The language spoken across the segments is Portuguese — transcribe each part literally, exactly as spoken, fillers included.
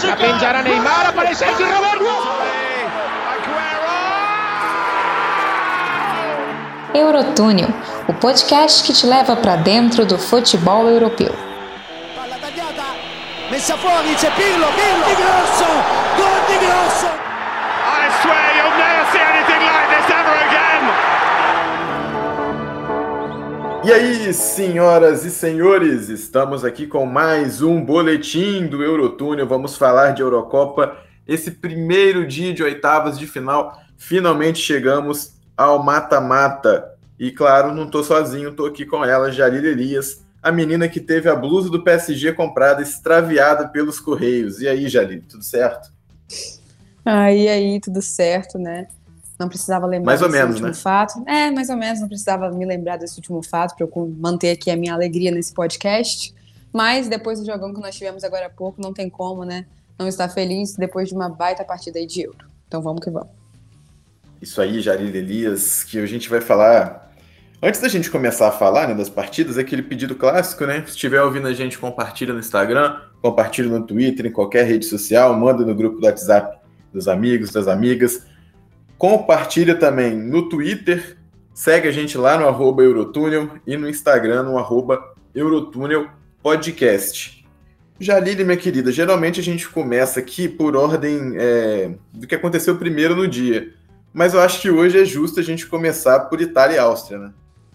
La pingerà Neymar, aparece aqui Roberto. Eurotúnel, o podcast que te leva para dentro do futebol europeu. Palla tagliata, messa fuori, c'è Pirlo, Pirlo, Di Grosso, gol di Grosso. I swear you'll never see anything like this ever again. E aí, senhoras e senhores, estamos aqui com mais um boletim do Eurotúnel. Vamos falar de Eurocopa. Esse primeiro dia de oitavas de final, finalmente chegamos ao mata-mata. E claro, não tô sozinho, tô aqui com ela, Jalile Elias, a menina que teve a blusa do P S G comprada, extraviada pelos Correios. E aí, Jalile, tudo certo? Ah, e aí, tudo certo, né? Não precisava lembrar mais ou desse menos, último né? fato. É, mais ou menos, não precisava me lembrar desse último fato para eu manter aqui a minha alegria nesse podcast. Mas depois do jogão que nós tivemos agora há pouco, não tem como, né? Não estar feliz depois de uma baita partida aí de Euro. Então vamos que vamos. Isso aí, Jalile Elias, que a gente vai falar... Antes da gente começar a falar, né, das partidas, aquele pedido clássico, né? Se estiver ouvindo a gente, compartilha no Instagram, compartilha no Twitter, em qualquer rede social, manda no grupo do WhatsApp dos amigos, das amigas. Compartilha também no Twitter, segue a gente lá no arroba Eurotúnel e no Instagram no arroba Eurotúnel Podcast. Jalile, minha querida, geralmente a gente começa aqui por ordem é, do que aconteceu primeiro no dia. Mas eu acho que hoje é justo a gente começar por Itália e Áustria, né?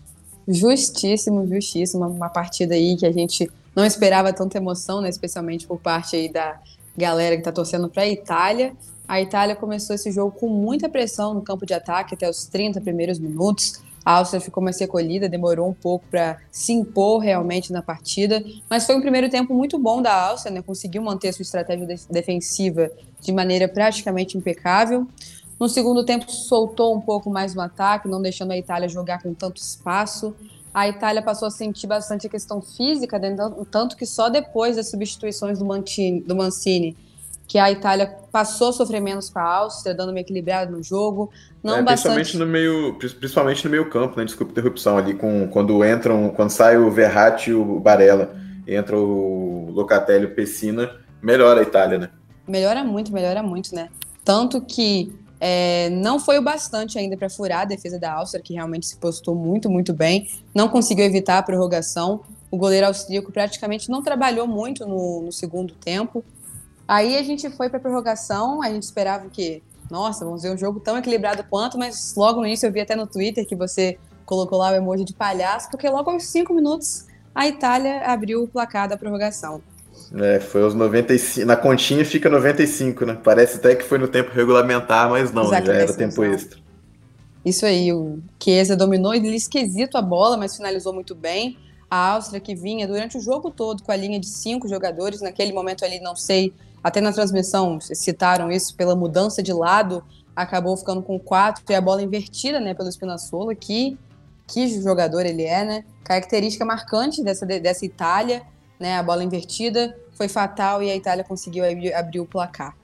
Justíssimo, justíssimo. Uma partida aí que a gente não esperava tanta emoção, né? Especialmente por parte aí da galera que tá torcendo para a Itália. A Itália começou esse jogo com muita pressão no campo de ataque até os trinta primeiros minutos. A Áustria ficou mais recolhida, demorou um pouco para se impor realmente na partida. Mas foi um primeiro tempo muito bom da Áustria, né? Conseguiu manter sua estratégia de- defensiva de maneira praticamente impecável. No segundo tempo, soltou um pouco mais no ataque, não deixando a Itália jogar com tanto espaço. A Itália passou a sentir bastante a questão física, né? Tanto que só depois das substituições do Mancini, do Mancini, que a Itália passou a sofrer menos com a Áustria, dando uma equilibrada no jogo. Não É, bastante... principalmente no meio, principalmente no meio campo, né? Desculpa a interrupção ali, com, quando entram, quando sai o Verratti e o Barella, entra o Locatelli e o Pessina, melhora a Itália, né? Melhora muito, melhora muito, né? Tanto que é, não foi o bastante ainda para furar a defesa da Áustria, que realmente se postou muito, muito bem. Não conseguiu evitar a prorrogação. O goleiro austríaco praticamente não trabalhou muito no, no segundo tempo. Aí a gente foi para a prorrogação, a gente esperava que, nossa, vamos ver um jogo tão equilibrado quanto, mas logo no início eu vi até no Twitter que você colocou lá o emoji de palhaço, porque logo aos cinco minutos a Itália abriu o placar da prorrogação. É, foi aos noventa e cinco, na continha fica noventa e cinco, né? Parece até que foi no tempo regulamentar, mas não, já era tempo extra. Isso aí, o Chiesa dominou ele esquisito a bola, mas finalizou muito bem. A Áustria, que vinha durante o jogo todo com a linha de cinco jogadores, naquele momento ali, não sei, até na transmissão citaram isso, pela mudança de lado, acabou ficando com quatro, e a bola invertida, né, pelo Spinazzola, que, que jogador ele é, né? Característica marcante dessa, dessa Itália, né, a bola invertida foi fatal e a Itália conseguiu abrir, abrir o placar.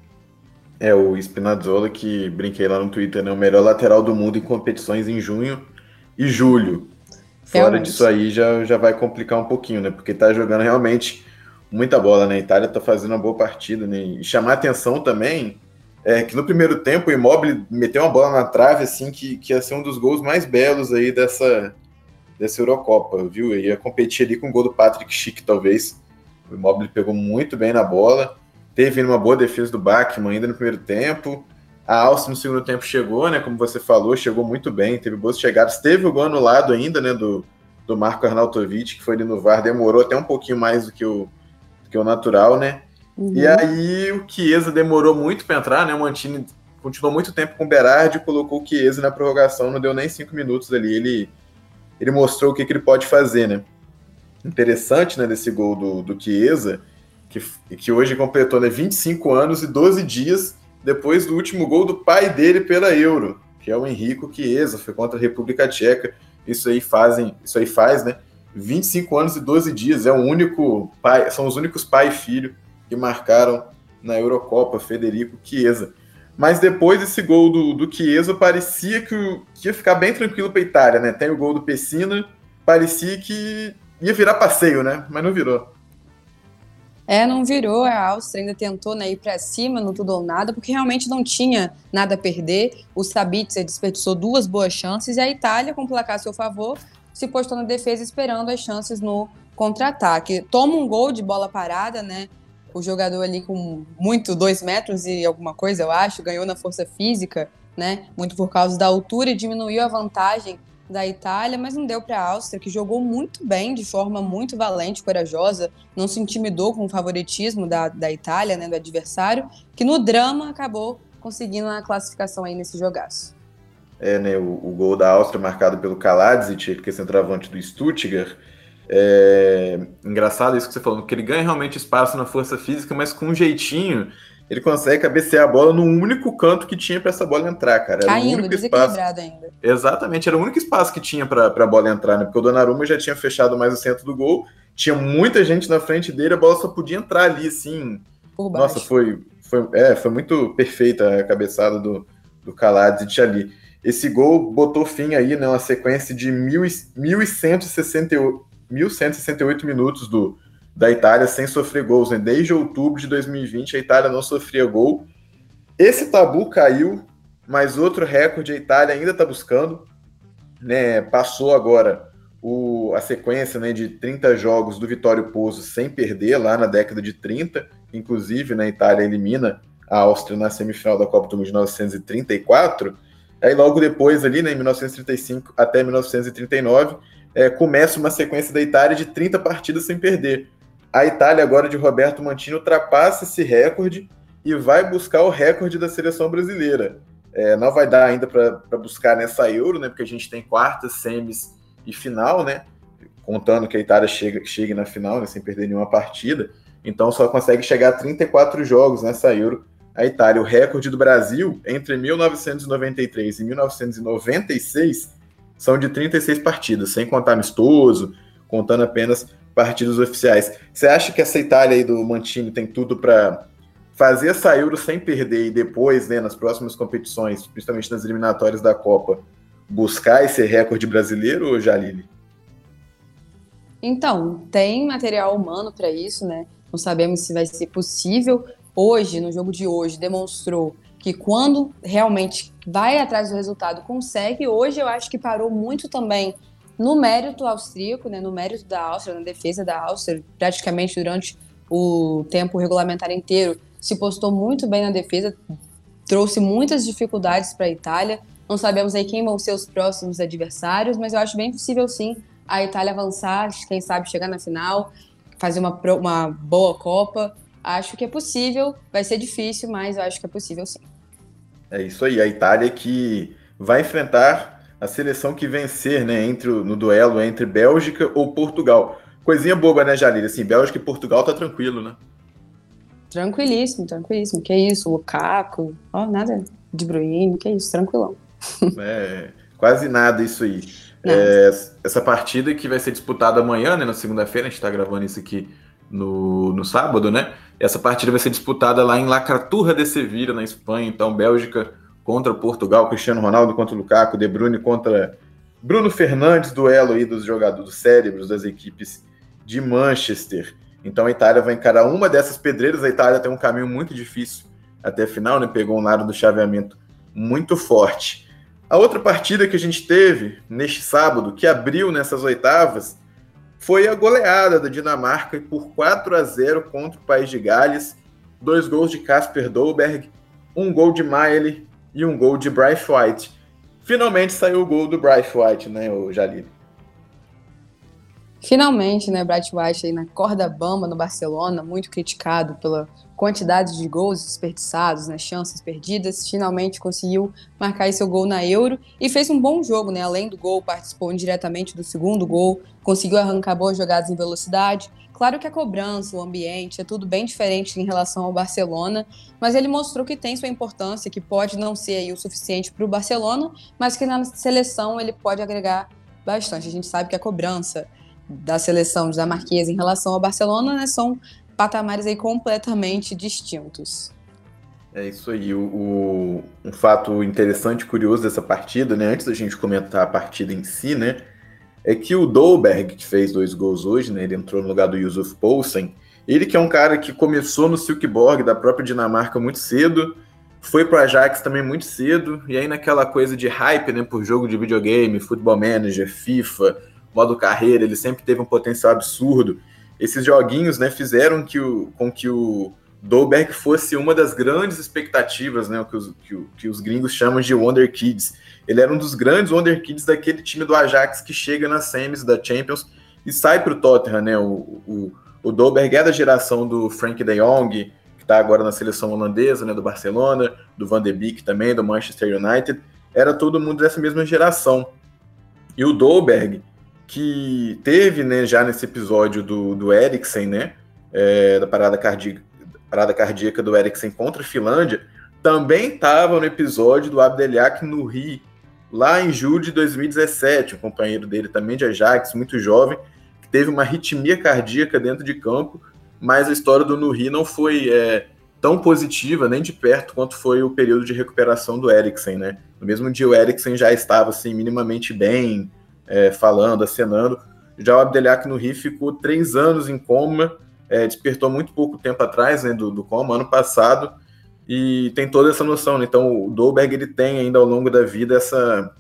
É, o Spinazzola, que brinquei lá no Twitter, né, o melhor lateral do mundo em competições em junho e julho. Fora Realmente. disso aí já, já vai complicar um pouquinho, né, porque tá jogando realmente muita bola, né, a Itália tá fazendo uma boa partida, né, e chamar atenção também é que no primeiro tempo o Immobile meteu uma bola na trave, assim, que, que ia ser um dos gols mais belos aí dessa... dessa Eurocopa, viu? Eu ia competir ali com o gol do Patrick Schick, talvez. O Immobile pegou muito bem na bola, teve uma boa defesa do Bachmann ainda no primeiro tempo. A Áustria no segundo tempo chegou, né? Como você falou, chegou muito bem, teve boas chegadas. Teve o gol anulado ainda, né? Do, do Marco Arnautovic, que foi ali no V A R, demorou até um pouquinho mais do que o, do que o natural, né? Uhum. E aí o Chiesa demorou muito para entrar, né? O Mancini continuou muito tempo com o Berardi, colocou o Chiesa na prorrogação, não deu nem cinco minutos ali, ele... ele mostrou o que, que ele pode fazer, né? Interessante, né, desse gol do, do Chiesa, que, que hoje completou, né, vinte e cinco anos e doze dias depois do último gol do pai dele pela Euro, que é o Henrico Chiesa, foi contra a República Tcheca. Isso aí fazem, isso aí faz, né, vinte e cinco anos e doze dias, é o único pai, são os únicos pai e filho que marcaram na Eurocopa, Federico Chiesa. Mas depois desse gol do, do Chiesa, parecia que, o, que ia ficar bem tranquilo para a Itália, né? Tem o gol do Pessina, parecia que ia virar passeio, né? Mas não virou. É, não virou, a Áustria ainda tentou, né, ir para cima no tudo ou nada, porque realmente não tinha nada a perder. O Sabitzer desperdiçou duas boas chances e a Itália, com o placar a seu favor, se postou na defesa esperando as chances no contra-ataque. Toma um gol de bola parada, né? O jogador ali com muito, dois metros e alguma coisa, eu acho, ganhou na força física, né? Muito por causa da altura e diminuiu a vantagem da Itália, mas não deu para a Áustria, que jogou muito bem, de forma muito valente, corajosa, não se intimidou com o favoritismo da, da Itália, né, do adversário, que no drama acabou conseguindo a classificação aí nesse jogaço. É, né, o, o gol da Áustria marcado pelo Kaladzic, que é centroavante do Stuttgart. É engraçado isso que você falou, porque ele ganha realmente espaço na força física, mas com um jeitinho ele consegue cabecear a bola no único canto que tinha para essa bola entrar, cara. Era Caindo, o único desequilibrado espaço... ainda. Exatamente, era o único espaço que tinha para a bola entrar, né? Porque o Donnarumma já tinha fechado mais o centro do gol, tinha muita gente na frente dele, a bola só podia entrar ali, assim. Por baixo. Nossa, foi, foi, é, foi muito perfeita a cabeçada do, do Kaladzic ali. Esse gol botou fim aí, né? Uma sequência de mil e cento e sessenta e oito minutos do, da Itália sem sofrer gols, né? Desde outubro de dois mil e vinte a Itália não sofria gol. Esse tabu caiu, mas outro recorde a Itália ainda está buscando, né? Passou agora o, a sequência, né, de trinta jogos do Vittorio Pozzo sem perder lá na década de trinta, inclusive, né, a Itália elimina a Áustria na semifinal da Copa do Mundo de mil novecentos e trinta e quatro, aí logo depois ali, né, em mil novecentos e trinta e cinco até mil novecentos e trinta e nove, é, começa uma sequência da Itália de trinta partidas sem perder. A Itália agora de Roberto Mantini ultrapassa esse recorde e vai buscar o recorde da seleção brasileira. É, não vai dar ainda para buscar nessa Euro, né, porque a gente tem quartas, semis e final, né, contando que a Itália chega, chegue na final, né, sem perder nenhuma partida, então só consegue chegar a trinta e quatro jogos nessa Euro. A Itália, o recorde do Brasil entre mil novecentos e noventa e três e mil novecentos e noventa e seis são de trinta e seis partidas, sem contar amistoso, contando apenas partidas oficiais. Você acha que essa Itália aí do Mantini tem tudo para fazer essa Euro sem perder e depois, né, nas próximas competições, principalmente nas eliminatórias da Copa, buscar esse recorde brasileiro, Jalile? Então, tem material humano para isso, né? Não sabemos se vai ser possível. Hoje, no jogo de hoje, demonstrou que quando realmente vai atrás do resultado, consegue. Hoje eu acho que parou muito também no mérito austríaco, né? No mérito da Áustria, na defesa da Áustria, praticamente durante o tempo regulamentar inteiro, se postou muito bem na defesa, trouxe muitas dificuldades para a Itália. Não sabemos aí quem vão ser os próximos adversários, mas eu acho bem possível sim a Itália avançar, quem sabe chegar na final, fazer uma, uma boa Copa. Acho que é possível, vai ser difícil, mas eu acho que é possível sim. É isso aí, a Itália que vai enfrentar a seleção que vencer, né, entre o, no duelo entre Bélgica ou Portugal. Coisinha boba, né, Jalil? Assim, Bélgica e Portugal tá tranquilo, né? Tranquilíssimo, tranquilíssimo. Que isso, Lukaku, ó, nada de Bruyne, que isso, tranquilão. É, quase nada isso aí. É, essa partida que vai ser disputada amanhã, né, na segunda-feira, a gente tá gravando isso aqui no, no sábado, né? Essa partida vai ser disputada lá em La Carturra de Sevilla, na Espanha. Então, Bélgica contra Portugal, Cristiano Ronaldo contra Lukaku, De Bruyne contra Bruno Fernandes, duelo aí dos jogadores, dos cérebros das equipes de Manchester. Então, a Itália vai encarar uma dessas pedreiras. A Itália tem um caminho muito difícil até a final, né? Pegou um lado do chaveamento muito forte. A outra partida que a gente teve neste sábado, que abriu nessas oitavas, foi a goleada da Dinamarca por quatro a zero contra o País de Gales. Dois gols de Kasper Dolberg, um gol de Maile e um gol de Bryce White. Finalmente saiu o gol do Bryce White, né, o Jalil? Finalmente, né, Bryce White aí na corda bamba no Barcelona, muito criticado pela quantidade de gols desperdiçados, né, chances perdidas, finalmente conseguiu marcar esse seu gol na Euro e fez um bom jogo, né, além do gol, participou indiretamente do segundo gol, conseguiu arrancar boas jogadas em velocidade. Claro que a cobrança, o ambiente, é tudo bem diferente em relação ao Barcelona, mas ele mostrou que tem sua importância, que pode não ser aí o suficiente para o Barcelona, mas que na seleção ele pode agregar bastante. A gente sabe que a cobrança da seleção dinamarquesa em relação ao Barcelona, né, são patamares aí completamente distintos. É isso aí. O, o, um fato interessante e curioso dessa partida, né, antes da gente comentar a partida em si, né, é que o Dolberg, que fez dois gols hoje, né, ele entrou no lugar do Yusuf Poulsen, Ele que é um cara que começou no Silkeborg, da própria Dinamarca, muito cedo, foi pro Ajax também muito cedo, e aí naquela coisa de hype, né, por jogo de videogame, Football Manager, FIFA, modo carreira, ele sempre teve um potencial absurdo. Esses joguinhos, né, fizeram que o, com que o Dolberg fosse uma das grandes expectativas, né, que os, que, que os gringos chamam de Wonder Kids. Ele era um dos grandes Wonder Kids daquele time do Ajax que chega nas semis da Champions e sai para o Tottenham, né? O, o, o Dolberg é da geração do Frank de Jong, que está agora na seleção holandesa, né, do Barcelona, do Van de Beek também, do Manchester United. Era todo mundo dessa mesma geração. E o Dolberg, que teve, né, já nesse episódio do, do Eriksen, né, é, da parada cardíaca, parada cardíaca do Eriksen contra a Finlândia, também estava no episódio do Abdelhak Nouri, lá em julho de dois mil e dezessete, um companheiro dele também de Ajax, muito jovem, que teve uma arritmia cardíaca dentro de campo, mas a história do Nouri não foi é, tão positiva, nem de perto, quanto foi o período de recuperação do Eriksen, né? No mesmo dia o Eriksen já estava assim, minimamente bem, é, falando, acenando. Já o Abdelhak Nouri ficou três anos em coma, é, despertou muito pouco tempo atrás, né, do, do coma, ano passado, e tem toda essa noção, né? Então o Dolberg ele tem ainda ao longo da vida essa,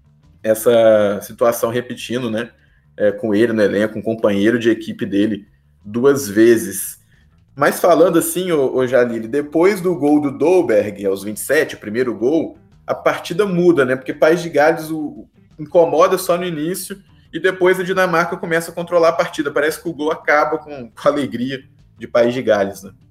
essa situação repetindo, né? É, com ele no elenco, um companheiro de equipe dele duas vezes. Mas falando assim, ô, ô Jalili, depois do gol do Dolberg, aos vinte e sete, o primeiro gol, a partida muda, né? Porque País de Gales o, incomoda só no início e depois a Dinamarca começa a controlar a partida. Parece que o gol acaba com, com a alegria de País de Gales, né?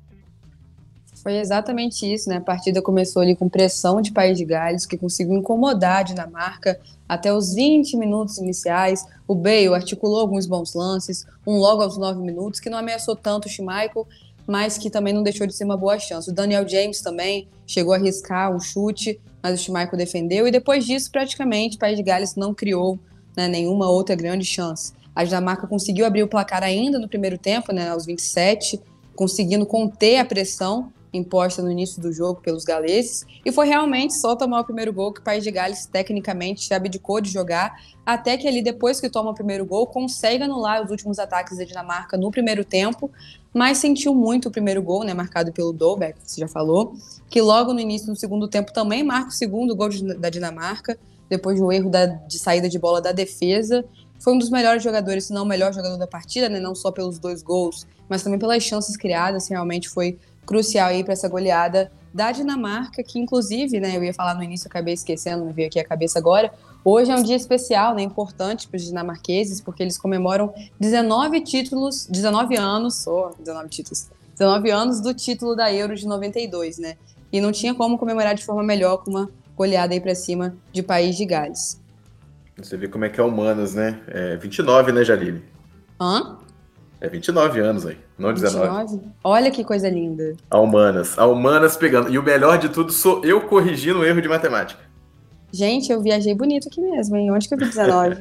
Foi exatamente isso, né? A partida começou ali com pressão de País de Gales, que conseguiu incomodar a Dinamarca até os vinte minutos iniciais. O Bale articulou alguns bons lances, um logo aos nove minutos, que não ameaçou tanto o Schmeichel, mas que também não deixou de ser uma boa chance. O Daniel James também chegou a arriscar um chute, mas o Schmeichel defendeu, e depois disso, praticamente, País de Gales não criou, né, nenhuma outra grande chance. A Dinamarca conseguiu abrir o placar ainda no primeiro tempo, né, aos vinte e sete, conseguindo conter a pressão imposta no início do jogo pelos galeses, e foi realmente só tomar o primeiro gol que o País de Gales tecnicamente já abdicou de jogar, até que ali depois que toma o primeiro gol, consegue anular os últimos ataques da Dinamarca no primeiro tempo, mas sentiu muito o primeiro gol, né, marcado pelo Dolberg, que você já falou, que logo no início do segundo tempo também marca o segundo gol de, da Dinamarca, depois do erro da, de saída de bola da defesa. Foi um dos melhores jogadores, se não o melhor jogador da partida, né, não só pelos dois gols, mas também pelas chances criadas, realmente foi crucial aí para essa goleada da Dinamarca, que inclusive, né, eu ia falar no início, acabei esquecendo, me veio aqui a cabeça agora. Hoje é um dia especial, né, importante para os dinamarqueses, porque eles comemoram dezenove títulos, dezenove anos, oh, dezenove títulos, dezenove anos do título da Euro de noventa e dois, né? E não tinha como comemorar de forma melhor com uma goleada aí para cima de País de Gales. Você vê como é que é humanas, né? É vinte e nove, né, Jalili? Hã? É vinte e nove anos aí, não dezenove. vinte e nove? Olha que coisa linda. A humanas, a humanas pegando. E o melhor de tudo sou eu corrigindo o erro de matemática. Gente, eu viajei bonito aqui mesmo, hein? Onde que eu vi dezenove?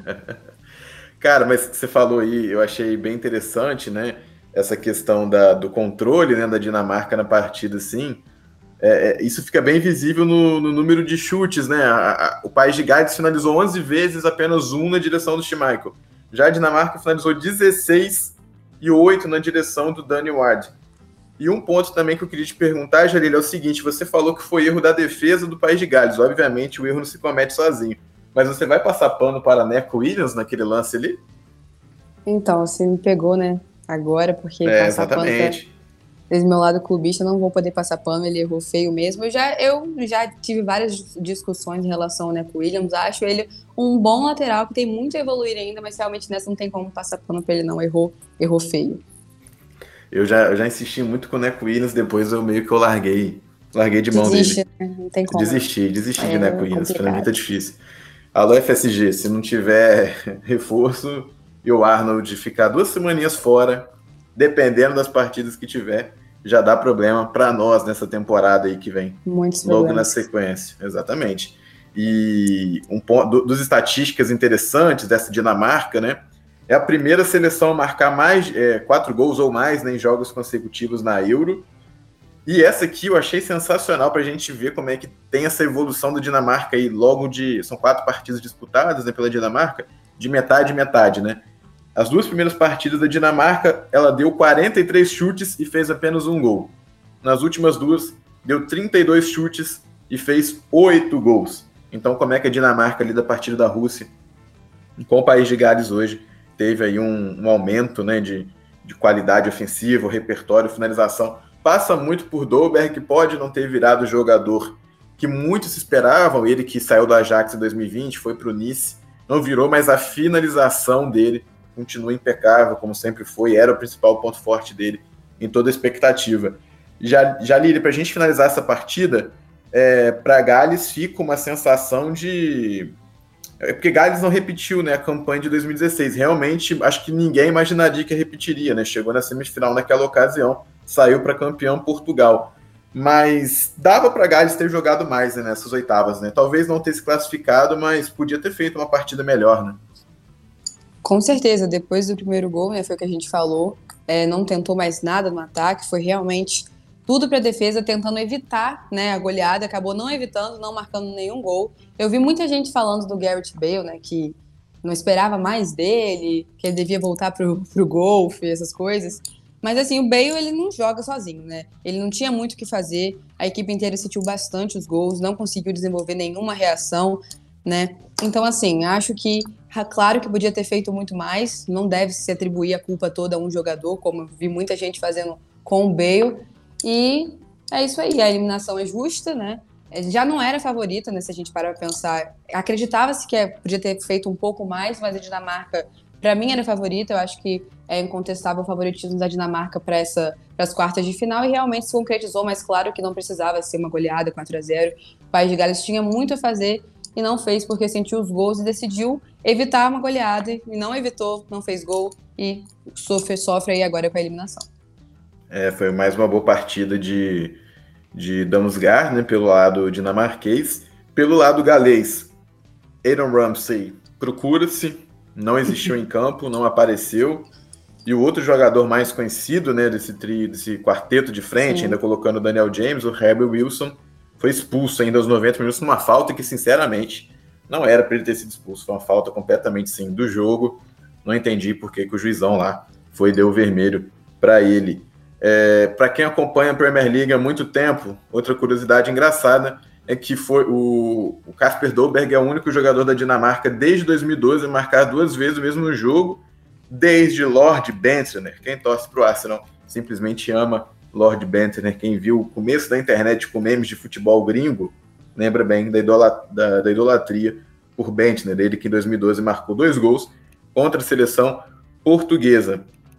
Cara, mas você falou aí, eu achei bem interessante, né? Essa questão da, do controle, né, da Dinamarca na partida, assim. É, é, isso fica bem visível no, no número de chutes, né? A, a, o País de Gales finalizou onze vezes, apenas um na direção do Schmeichel. Já a Dinamarca finalizou dezesseis e oito na direção do Danny Ward. E um ponto também que eu queria te perguntar, Jalil, é o seguinte: você falou que foi erro da defesa do País de Gales. Obviamente, o erro não se comete sozinho. Mas você vai passar pano para Neco Williams naquele lance ali? Então, você me pegou, né? Agora, porque é, passar exatamente. pano... Desde meu lado clubista, não vou poder passar pano, ele errou feio mesmo. Eu já, eu já tive várias discussões em relação ao Neco Williams. Acho ele um bom lateral, que tem muito a evoluir ainda, mas realmente nessa não tem como passar pano para ele, não. Errou, errou feio. Eu já, eu já insisti muito com o Neco Williams, depois eu meio que eu larguei, larguei de mão Desiste, dele. Né? Não tem como. Desisti, desisti é, de Neco Williams, pra mim tá difícil. Alô, F S G, se não tiver reforço e o Arnold ficar duas semaninhas fora, dependendo das partidas que tiver, já dá problema para nós nessa temporada aí que vem. Muitos logo problemas. Na sequência, exatamente. E um ponto dos estatísticas interessantes dessa Dinamarca, né? É a primeira seleção a marcar mais é, quatro gols ou mais, né, em jogos consecutivos na Euro. E essa aqui eu achei sensacional para a gente ver como é que tem essa evolução da Dinamarca aí logo de... São quatro partidas disputadas, né, pela Dinamarca, de metade a metade, né? As duas primeiras partidas da Dinamarca, ela deu quarenta e três chutes e fez apenas um gol. Nas últimas duas, deu trinta e dois chutes e fez oito gols. Então, como é que a Dinamarca lida a partida da Rússia? Com o País de Gales hoje, teve aí um, um aumento, né, de, de qualidade ofensiva, repertório, finalização. Passa muito por Dolberg, que pode não ter virado o jogador que muitos esperavam, ele que saiu do Ajax em dois mil e vinte, foi para o Nice, não virou, mas a finalização dele continua impecável, como sempre foi, era o principal ponto forte dele em toda a expectativa. Já, já Lili, para a gente finalizar essa partida, é, para Gales fica uma sensação de... É porque Gales não repetiu, né, a campanha de dois mil e dezesseis. Realmente, acho que ninguém imaginaria que repetiria, né? Chegou na semifinal naquela ocasião, saiu para campeão Portugal. Mas dava para Gales ter jogado mais, né, nessas oitavas, né? Talvez não ter se classificado, mas podia ter feito uma partida melhor, né? Com certeza, depois do primeiro gol, né, foi o que a gente falou, é, não tentou mais nada no ataque, foi realmente tudo para a defesa, tentando evitar, né, a goleada, acabou não evitando, não marcando nenhum gol. Eu vi muita gente falando do Gareth Bale, né, que não esperava mais dele, que ele devia voltar pro, pro golfe, essas coisas. Mas assim, o Bale, ele não joga sozinho, né? Ele não tinha muito o que fazer, a equipe inteira sentiu bastante os gols, não conseguiu desenvolver nenhuma reação, né? Então, assim, acho que, claro que podia ter feito muito mais, não deve se atribuir a culpa toda a um jogador, como eu vi muita gente fazendo com o Bale, e é isso aí, a eliminação é justa, né? Já não era favorita, né, se a gente parar para pensar. Acreditava-se que podia ter feito um pouco mais, mas a Dinamarca, para mim, era favorita. Eu acho que é incontestável o favoritismo da Dinamarca para as quartas de final e realmente se concretizou, mas claro que não precisava ser uma goleada quatro a zero. O País de Gales tinha muito a fazer e não fez porque sentiu os gols e decidiu evitar uma goleada e não evitou, não fez gol e sofre, sofre aí agora com a eliminação. É, foi mais uma boa partida de, de Damsgaard, né, pelo lado dinamarquês. Pelo lado galês, Aaron Ramsey procura-se, não existiu em campo, não apareceu. E o outro jogador mais conhecido, né, desse, tri, desse quarteto de frente, Sim. ainda colocando o Daniel James, o Herbert Wilson, foi expulso ainda aos noventa minutos numa falta que, sinceramente, não era para ele ter sido expulso. Foi uma falta completamente, sim, do jogo. Não entendi por que, que o juizão lá foi e deu o vermelho para ele. É, para quem acompanha a Premier League há muito tempo, outra curiosidade engraçada é que foi o, o Kasper Dolberg é o único jogador da Dinamarca desde dois mil e doze a marcar duas vezes o mesmo jogo, desde Lord Bentner. Quem torce para o Arsenal simplesmente ama Lord Bentner. Quem viu o começo da internet com memes de futebol gringo, lembra bem da, idola, da, da idolatria por Bentner, ele que em dois mil e doze marcou dois gols contra a seleção portuguesa.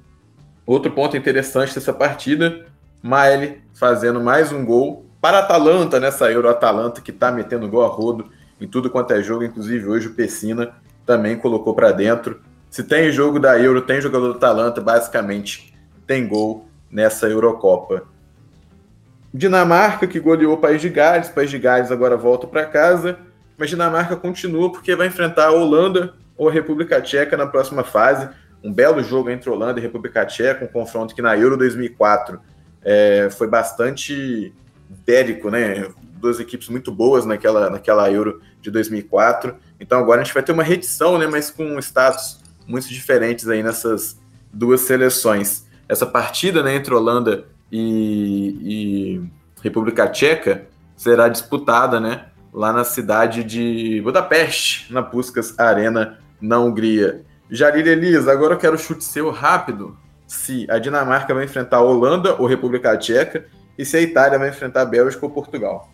Outro ponto interessante dessa partida, Maele fazendo mais um gol para a Atalanta nessa Euro. Atalanta que está metendo gol a rodo em tudo quanto é jogo, inclusive hoje o Pessina também colocou para dentro. Se tem jogo da Euro, tem jogador do Atalanta, basicamente tem gol nessa Eurocopa. Dinamarca que goleou o País de Gales, País de Gales agora volta para casa, mas Dinamarca continua porque vai enfrentar a Holanda ou a República Tcheca na próxima fase. Um belo jogo entre Holanda e República Tcheca, um confronto que na Euro dois mil e quatro é, foi bastante bélico, né? Duas equipes muito boas naquela, naquela Euro de dois mil e quatro. Então agora a gente vai ter uma reedição, né? Mas com status muito diferentes aí nessas duas seleções. Essa partida, né, entre Holanda e, e República Tcheca será disputada, né, lá na cidade de Budapeste, na Puskás Arena, na Hungria. Jair Elisa, agora eu quero chute seu rápido. Se a Dinamarca vai enfrentar a Holanda ou República Tcheca e se a Itália vai enfrentar a Bélgica ou Portugal.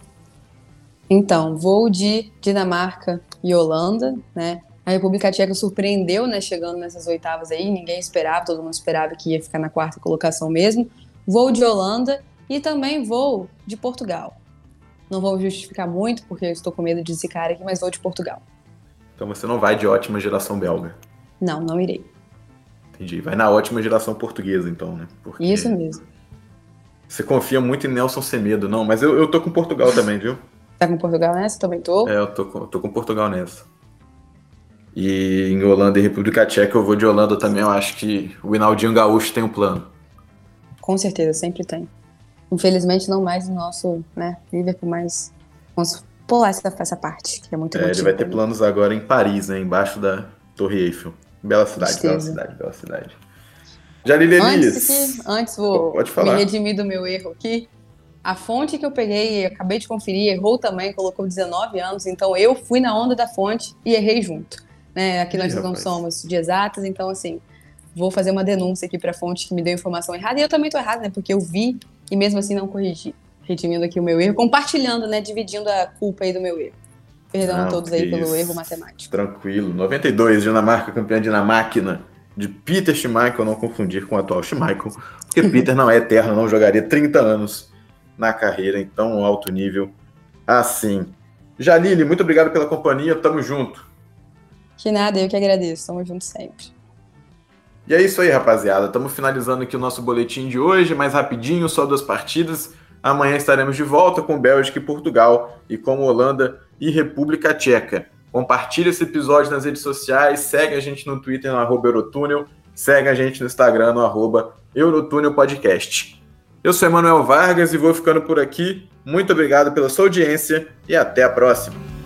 Então, vou de Dinamarca e Holanda, né? A República Tcheca surpreendeu, né, chegando nessas oitavas aí, ninguém esperava, todo mundo esperava que ia ficar na quarta colocação mesmo. Vou de Holanda e também vou de Portugal. Não vou justificar muito, porque eu estou com medo de zicar aqui, mas vou de Portugal. Então você não vai de ótima geração belga? Não, não irei. Entendi. Vai na ótima geração portuguesa, então, né? Porque isso mesmo. Você confia muito em Nelson Semedo, não? Mas eu, eu tô com Portugal também, viu? Tá com Portugal nessa? Também tô. É, eu tô com, tô com Portugal nessa. E em Holanda e República Tcheca eu vou de Holanda também. Eu acho que o Hinaldinho Gaúcho tem um plano. Com certeza, sempre tem. Infelizmente não mais o nosso, né, Liverpool, mas vamos pular essa, essa parte, que é muito é, ele vai ter planos agora em Paris, né, embaixo da Torre Eiffel. Bela cidade, Tristeza. bela cidade, bela cidade. Jalile Elias. Antes, que, antes vou Pode falar. me redimir do meu erro aqui. A fonte que eu peguei, eu acabei de conferir, errou também, colocou dezenove anos, então eu fui na onda da fonte e errei junto. Né? Aqui nós Ih, não rapaz. somos de exatas, então assim, vou fazer uma denúncia aqui para a fonte que me deu informação errada, e eu também tô errada, né? Porque eu vi e mesmo assim não corrigi. Redimindo aqui o meu erro, compartilhando, né? Dividindo a culpa aí do meu erro. Perdão Não, a todos que aí pelo isso. erro matemático. Tranquilo. noventa e dois, Dinamarca, campeã dinamáquina de Peter Schmeichel, não confundir com o atual Schmeichel, porque Peter não é eterno, não jogaria trinta anos na carreira em tão alto nível assim. Jalile, muito obrigado pela companhia, tamo junto. Que nada, eu que agradeço. Tamo junto sempre. E é isso aí, rapaziada. Estamos finalizando aqui o nosso boletim de hoje, mais rapidinho, só duas partidas. Amanhã estaremos de volta com Bélgica e Portugal e com Holanda e República Tcheca. Compartilha esse episódio nas redes sociais, segue a gente no Twitter no arroba Eurotúnel, segue a gente no Instagram no arroba Eurotúnel Podcast. Eu sou Emanuel Vargas e vou ficando por aqui. Muito obrigado pela sua audiência e até a próxima.